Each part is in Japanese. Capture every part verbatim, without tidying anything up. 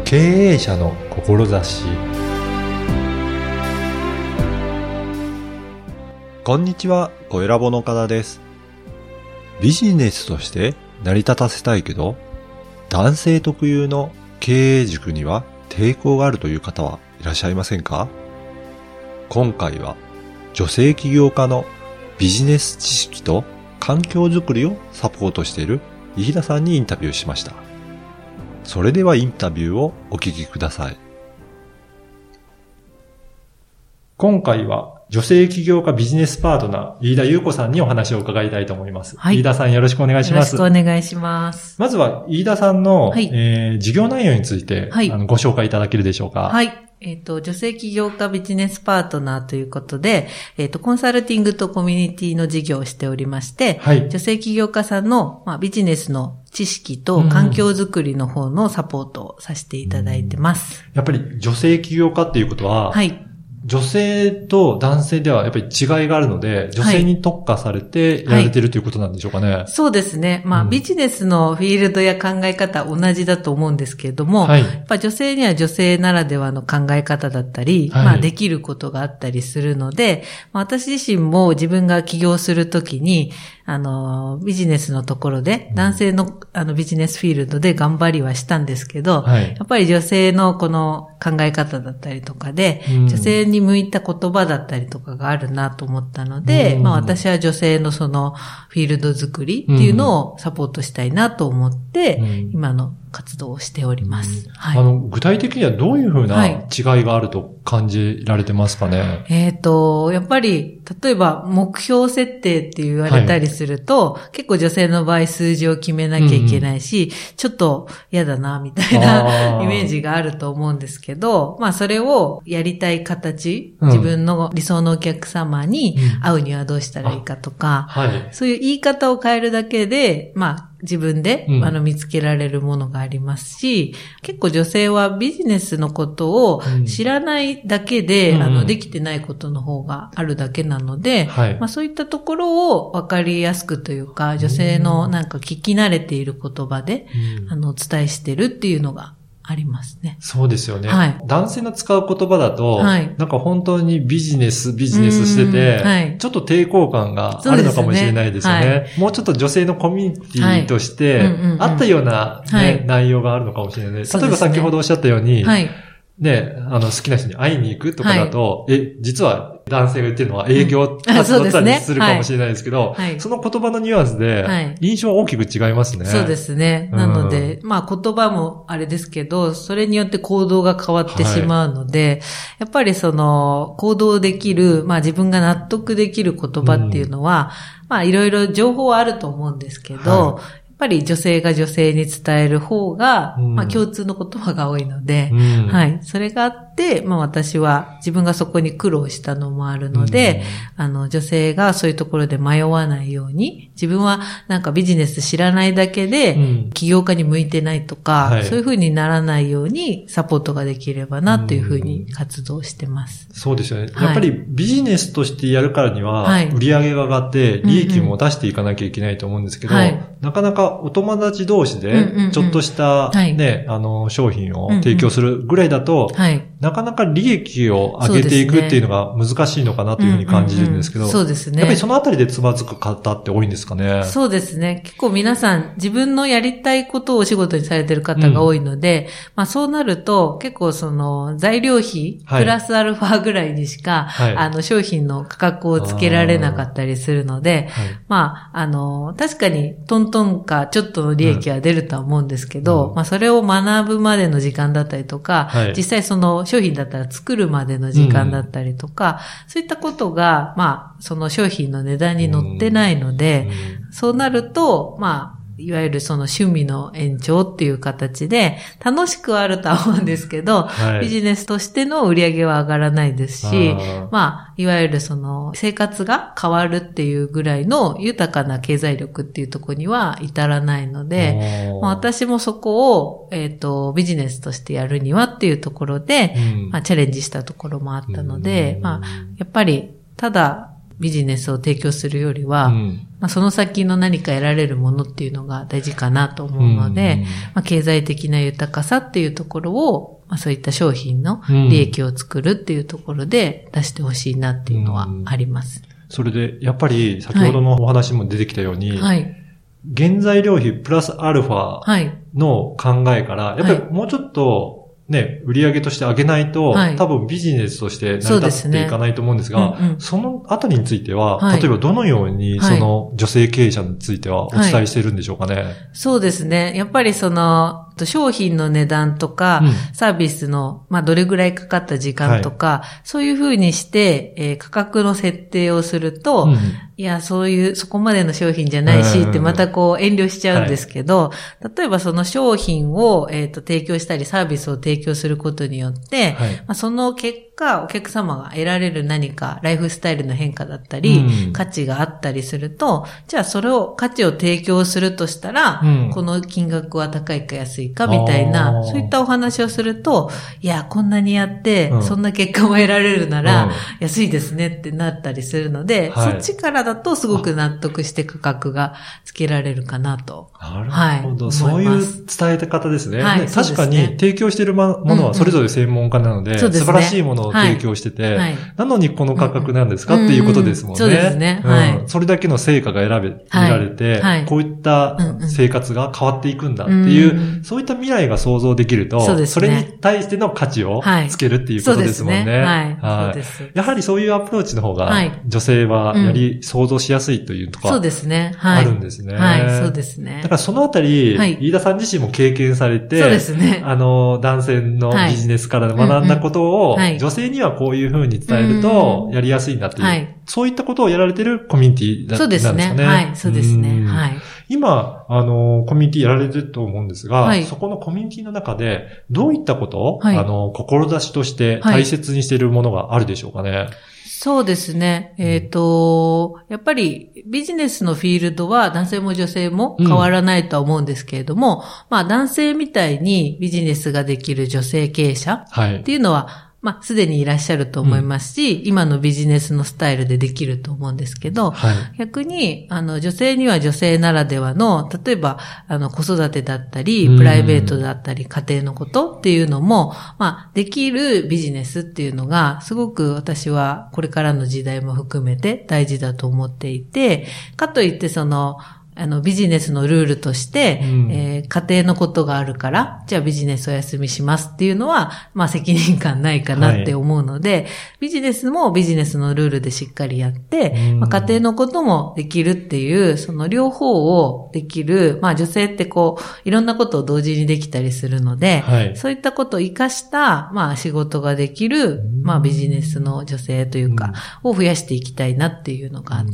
経営者の志。こんにちは、小ラボの岡田です。ビジネスとして成り立たせたいけど、男性特有の経営塾には抵抗があるという方はいらっしゃいませんか？今回は女性起業家のビジネス知識と環境づくりをサポートしている飯田さんにインタビューしました。それではインタビューをお聞きください。今回は女性起業家ビジネスパートナー飯田優子さんにお話を伺いたいと思います。はい、飯田さんよろしくお願いします。 よろしくお願いします。 まずは飯田さんの、はいえー、事業内容について、はい、あのご紹介いただけるでしょうか。 はい。えっと、女性起業家ビジネスパートナーということで、えっと、コンサルティングとコミュニティの事業をしておりまして、はい、女性起業家さんの、まあ、ビジネスの知識と環境づくりの方のサポートをさせていただいてます。 やっぱり女性起業家っていうことは、はい。女性と男性ではやっぱり違いがあるので、女性に特化されてやられてるということなんでしょうかね。はいはい、 そうですね。まあ、うん、ビジネスのフィールドや考え方同じだと思うんですけれども、はい、やっぱ女性には女性ならではの考え方だったり、はい、まあ、できることがあったりするので、まあ、私自身も自分が起業するときに、あの、ビジネスのところで、男性の、あの、ビジネスフィールドで頑張りはしたんですけど、はい、やっぱり女性のこの考え方だったりとかで、うん、女性に向いた言葉だったりとかがあるなと思ったので、うん、まあ私は女性のそのフィールド作りっていうのをサポートしたいなと思って、うん、今の活動をしております。 うんはい、あの、具体的にはどういうふうな違いがあると感じられてますかね？はい、 えっと、やっぱり、例えば目標設定って言われたりすると、はい、結構女性の場合数字を決めなきゃいけないし、うん、ちょっと嫌だな、みたいなイメージがあると思うんですけど、まあそれをやりたい形、うん、自分の理想のお客様に会うにはどうしたらいいかとか、うんはい、そういう言い方を変えるだけで、まあ自分で、うん、あの見つけられるものがありますし、結構女性はビジネスのことを知らないだけで、うん、あのできてないことの方があるだけなので、はいまあ、そういったところを分かりやすくというか、女性のなんか聞き慣れている言葉で、うん、あのお伝えしてるっていうのがありますね。 そうですよね。はい。男性の使う言葉だと、はい。なんか本当にビジネス、ビジネスしてて、はい。ちょっと抵抗感があるのかもしれないですよね。はい、もうちょっと女性のコミュニティとして、あったような、ねはい、内容があるのかもしれない。例えば先ほどおっしゃったように、はい。ね、あの、好きな人に会いに行くとかだと、はい、え、実は男性が言ってるのは営業活動だったりするかもしれないですけど、うん そ, ねはい、その言葉のニュアンスで、印象は大きく違いますね。 そうですね。なので、うん、まあ言葉もあれですけど、それによって行動が変わってしまうので、はい、やっぱりその、行動できる、まあ自分が納得できる言葉っていうのは、うん、まあいろいろ情報はあると思うんですけど、はいやっぱり女性が女性に伝える方が、うん、まあ共通の言葉が多いので、うん、はい。それがあって、まあ私は自分がそこに苦労したのもあるので、うん、あの女性がそういうところで迷わないように、自分はなんかビジネス知らないだけで、うん、起業家に向いてないとか、はい、そういうふうにならないようにサポートができればなというふうに活動してます。 うん、そうですよね。やっぱりビジネスとしてやるからには、はい、売り上げが上がって利益も出していかなきゃいけないと思うんですけど、はい、なかなかお友達同士で、ちょっとしたね、あの、商品を提供するぐらいだと、なかなか利益を上げていくっていうのが難しいのかなというふうに感じるんですけど、 そうですね。 やっぱりそのあたりでつまずく方って多いんですかね。 そうですね。結構皆さん自分のやりたいことをお仕事にされてる方が多いので、うん、まあそうなると結構その材料費、プラスアルファぐらいにしか、はい、あの商品の価格をつけられなかったりするので、はい、まああの、確かにトントンかちょっとの利益は出るとは思うんですけど、うん、まあそれを学ぶまでの時間だったりとか、はい、実際その商品だったら作るまでの時間だったりとか、うん、そういったことが、まあその商品の値段に乗ってないので、うんうん、そうなると、まあいわゆるその趣味の延長っていう形で楽しくはあるとは思うんですけど、はい、ビジネスとしての売り上げは上がらないですし、あまあいわゆるその生活が変わるっていうぐらいの豊かな経済力っていうところには至らないので、まあ、私もそこをえっとビジネスとしてやるにはっていうところで、うんまあ、チャレンジしたところもあったので、まあやっぱりただビジネスを提供するよりは、うん、まあ、その先の何か得られるものっていうのが大事かなと思うので、うん、まあ、経済的な豊かさっていうところを、まあ、そういった商品の利益を作るっていうところで出してほしいなっていうのはあります。 うん、それで、やっぱり先ほどのお話も出てきたように、はい、原材料費プラスアルファの考えから、やっぱりもうちょっと、ね、売り上げとして上げないと、はい、多分ビジネスとして成り立っていかないと思うんですが、そ, す、ねうんうん、そのあたりについては、はい、例えばどのようにその女性経営者についてはお伝えしているんでしょうかね。はいはい、 そうですね。やっぱりその、商品の値段とか、うん、サービスの、まあ、どれぐらいかかった時間とか、はい、そういうふうにして、えー、価格の設定をすると、うん、いや、そういう、そこまでの商品じゃないし、ってまたこう遠慮しちゃうんですけど、はい、例えばその商品を、えっと、提供したり、サービスを提供することによって、はい、まあ、その結果、お客様が得られる何か、ライフスタイルの変化だったり、うん、価値があったりすると、じゃあそれを、価値を提供するとしたら、うん、この金額は高いか安いかみたいな、そういったお話をすると、いや、こんなにやって、うん、そんな結果も得られるなら、うん、安いですねってなったりするので、はい、そっちからだとすごく納得して価格がつけられるかなと。 なるほど、はい、そういう伝え方ですね。はい、ね、確かに提供しているものはそれぞれ専門家なので、うんうん、素晴らしいものを提供してて、はい、なのにこの価格なんですか、うんうん、っていうことですもんね。 そうですね。はい、 うん。それだけの成果が選べ、見られて、はい、こういった生活が変わっていくんだっていう、うんうん、そういった未来が想像できると、そうですね、それに対しての価値をつけるっていうことですもんね。はい、そうですね。はい。はい、そうです。やはりそういうアプローチの方が、女性はより想像しやすいというところ、 そうですね。 あるんですね。 はい。はい、そうですね。 だからそのあたり、はい、飯田さん自身も経験されて、 そうですね。 あの、男性のビジネスから学んだことを、はいうんうん、女性にはこういう風に伝えると、やりやすいんだっていう、はい、そういったことをやられてるコミュニティなんですかね。そうですね。 はい。そうですね。はい。 今、あの、コミュニティやられてると思うんですが、はい、そこのコミュニティの中で、どういったことを、はい、あの、志として大切にしているものがあるでしょうかね。はい、 そうですね。えっと、やっぱりビジネスのフィールドは男性も女性も変わらないとは思うんですけれども、うん、まあ男性みたいにビジネスができる女性経営者っていうのは、はいまあ、すでにいらっしゃると思いますし、うん、今のビジネスのスタイルでできると思うんですけど、はい、逆に、あの、女性には女性ならではの、例えば、あの、子育てだったり、プライベートだったり、家庭のことっていうのも、まあ、できるビジネスっていうのが、すごく私はこれからの時代も含めて大事だと思っていて、かといってその、あの、ビジネスのルールとして、うんえー、家庭のことがあるから、じゃあビジネスお休みしますっていうのは、まあ責任感ないかなって思うので、はい、ビジネスもビジネスのルールでしっかりやって、うんまあ、家庭のこともできるっていう、その両方をできる、まあ女性ってこう、いろんなことを同時にできたりするので、はい、そういったことを活かした、まあ仕事ができる、まあビジネスの女性というか、を増やしていきたいなっていうのがあって、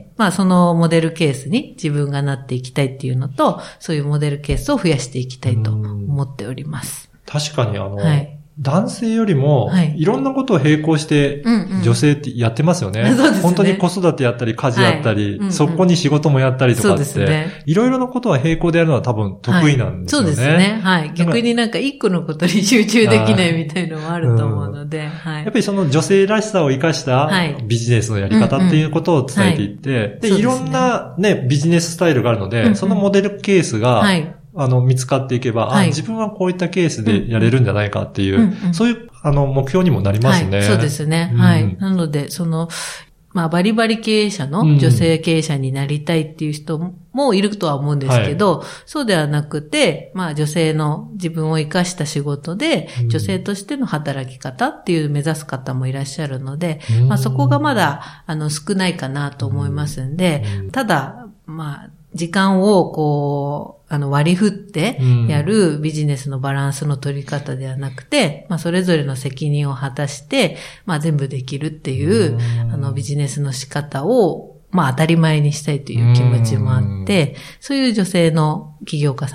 まあそのモデルケースに自分がなっていきたいっていうのと、そういうモデルケースを増やしていきたいと思っております。 確かにあの、はい、男性よりも、いろんなことを並行して、女性ってやってますよね。そうですね。本当に子育てやったり、家事やったり、はいうんうん、そこに仕事もやったりとかって、ね、いろいろなことは並行でやるのは多分得意なんですよね。はい、そうですね。 はい。逆になんか一個のことに集中できないみたいのもあると思うので、はい。 やっぱりその女性らしさを生かしたビジネスのやり方っていうことを伝えていって、はいうんうん、で、いろんなね、ビジネススタイルがあるので、うんうん、そのモデルケースが、はいあの、見つかっていけば、はい、あ、自分はこういったケースでやれるんじゃないかっていう、うんうん、そういう、あの、目標にもなりますね。 はい、そうですね。うん、はい。なので、その、まあ、バリバリ経営者の女性経営者になりたいっていう人もいるとは思うんですけど、はい、そうではなくて、まあ、女性の自分を生かした仕事で、女性としての働き方っていう目指す方もいらっしゃるので、うん、まあ、そこがまだ、あの、少ないかなと思いますんで、うん、ただ、まあ、時間をこう、あの割り振ってやるビジネスのバランスの取り方ではなくて、まあそれぞれの責任を果たして、まあ全部できるっていう、あのビジネスの仕方を、まあ当たり前にしたいという気持ちもあって、そういう女性の起業家さん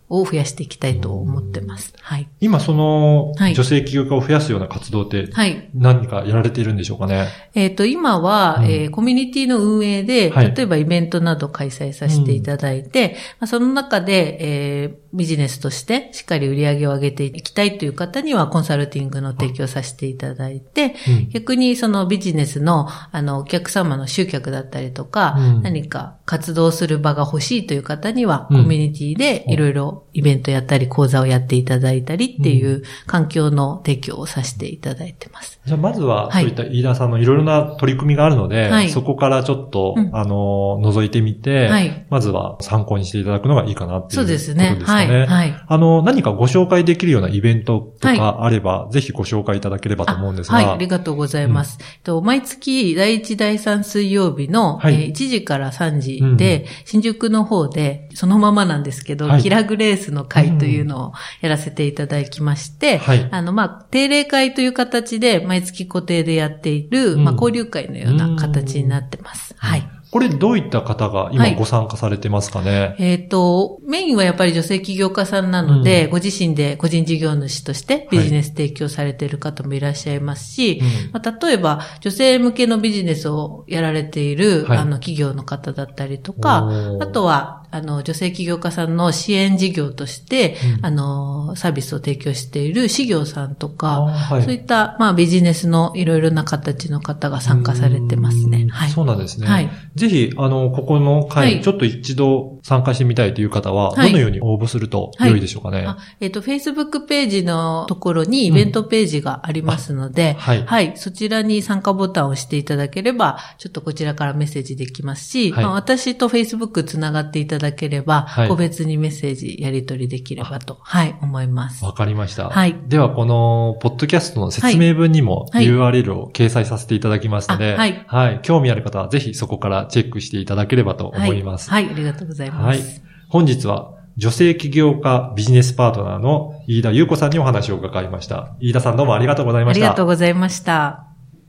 を増やしていきたいと思ってます。はい。 今その、女性起業家を増やすような活動って、はい。何かやられているんでしょうかね。 えっと、今は、うん、えー、コミュニティの運営で、はい、例えばイベントなど開催させていただいて、うん、まあ、その中で、えー、ビジネスとしてしっかり売り上げを上げていきたいという方にはコンサルティングの提供させていただいて、うん、逆にそのビジネスの、あの、お客様の集客だったりとか、うん、何か活動する場が欲しいという方には、コミュニティでいろいろイベントやったり講座をやっていただいたりっていう環境の提供をさせていただいてます。 じゃあまずはそういった飯田さんのいろいろな取り組みがあるので、はい、そこからちょっと、うん、あの覗いてみて、はい、まずは参考にしていただくのがいいかなっていうことですかね。そうですね。はい。はい、あの何かご紹介できるようなイベントとかあれば、はい、ぜひご紹介いただければと思うんですが。 はい、ありがとうございます。うん、と毎月だいいちだいさん水曜日の、はい、えー、いちじからさんじで、うん、新宿の方でそのままなんですけど、はい、キラグレースの会というのをやらせていただきまして、はい、あのまあ定例会という形で毎月固定でやっている、うん、まあ交流会のような形になってます。はい。 これどういった方が今ご参加されてますかね。 はい、えっ、ー、と、メインはやっぱり女性起業家さんなので、うん、ご自身で個人事業主としてビジネス提供されている方もいらっしゃいますし、はい、まあ、例えば女性向けのビジネスをやられている、はい、あの企業の方だったりとか、あとはあの女性起業家さんの支援事業として、うん、あのサービスを提供している事業さんとか、はい、そういったまあビジネスのいろいろな形の方が参加されてますね。はい。 そうなんですね。はい。ぜひ、あの、ここの会、はい、ちょっと一度参加してみたいという方は、どのように応募すると良いでしょうかね。はいはい、あえっ、ー、と、Facebook ページのところにイベントページがありますので、うん、はい、はい。そちらに参加ボタンを押していただければ、ちょっとこちらからメッセージできますし、はい、まあ、私と Facebook つながっていただければ、はい、個別にメッセージやり取りできればと、はい、思います。 わかりました。はい。では、この、ポッドキャストの説明文にも ユーアールエル を掲載させていただきますので、はい。はい。興味ある方はぜひそこからチェックしていただければと思います。 はい。はい、ありがとうございます。はい。 本日は、女性起業家ビジネスパートナーの飯田優子さんにお話を伺いました。飯田さんどうもありがとうございました。 ありがとうございました。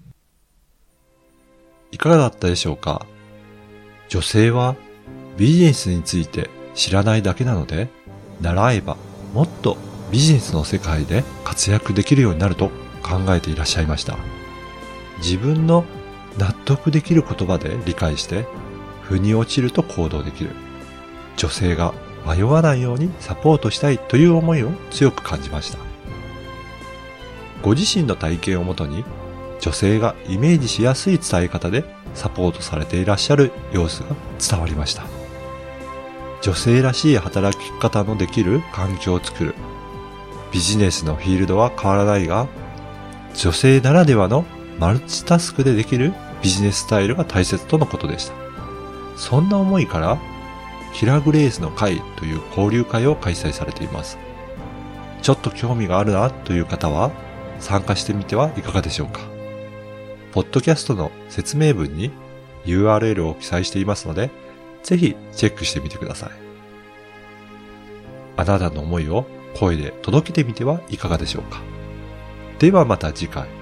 いかがだったでしょうか？女性はビジネスについて知らないだけなので、習えばもっとビジネスの世界で活躍できるようになると考えていらっしゃいました。自分の納得できる言葉で理解して、腑に落ちると行動できる。女性が迷わないようにサポートしたいという思いを強く感じました。ご自身の体験をもとに、女性がイメージしやすい伝え方でサポートされていらっしゃる様子が伝わりました。女性らしい働き方のできる環境を作る。ビジネスのフィールドは変わらないが、女性ならではのマルチタスクでできるビジネススタイルが大切とのことでした。そんな思いから、キラグレースの会という交流会を開催されています。ちょっと興味があるなという方は参加してみてはいかがでしょうか。ポッドキャストの説明文に ユーアールエル を記載していますので、ぜひチェックしてみてください。あなたの思いを声で届けてみてはいかがでしょうか。ではまた次回。